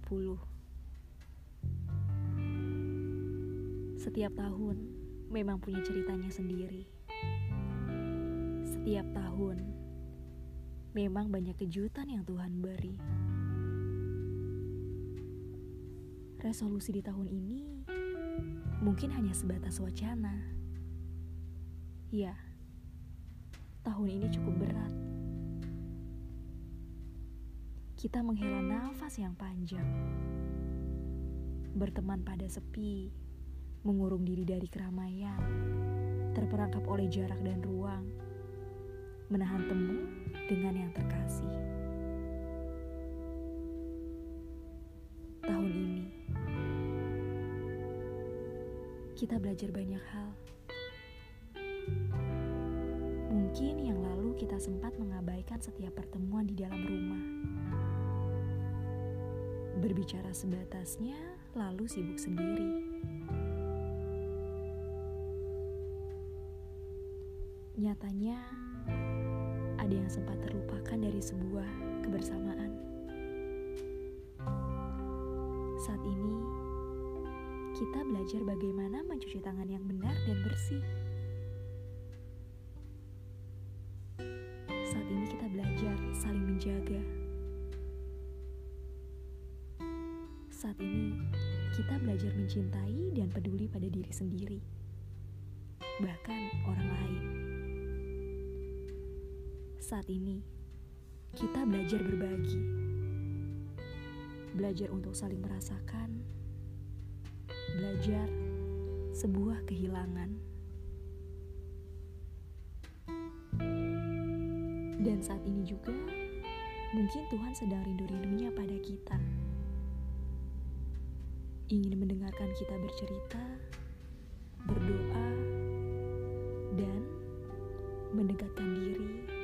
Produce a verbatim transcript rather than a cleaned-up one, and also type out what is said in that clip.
puluh. Setiap tahun memang punya ceritanya sendiri. Setiap tahun memang banyak kejutan yang Tuhan beri. Resolusi di tahun ini mungkin hanya sebatas wacana. Ya, tahun ini cukup berat. Kita menghela nafas yang panjang, berteman pada sepi, mengurung diri dari keramaian, terperangkap oleh jarak dan ruang, menahan temu dengan yang terkasih. Tahun ini, kita belajar banyak hal. Mungkin yang lalu kita sempat mengabaikan setiap pertemuan di dalam rumah. Berbicara sebatasnya, lalu sibuk sendiri. Nyatanya, ada yang sempat terlupakan dari sebuah kebersamaan. Saat ini, kita belajar bagaimana mencuci tangan yang benar dan bersih. Saat ini kita belajar saling menjaga. Saat ini, kita belajar mencintai dan peduli pada diri sendiri, bahkan orang lain. Saat ini, kita belajar berbagi, belajar untuk saling merasakan, belajar sebuah kehilangan. Dan saat ini juga, mungkin Tuhan sedang rindu-rindunya pada kita. Ingin mendengarkan kita bercerita, berdoa, dan mendekatkan diri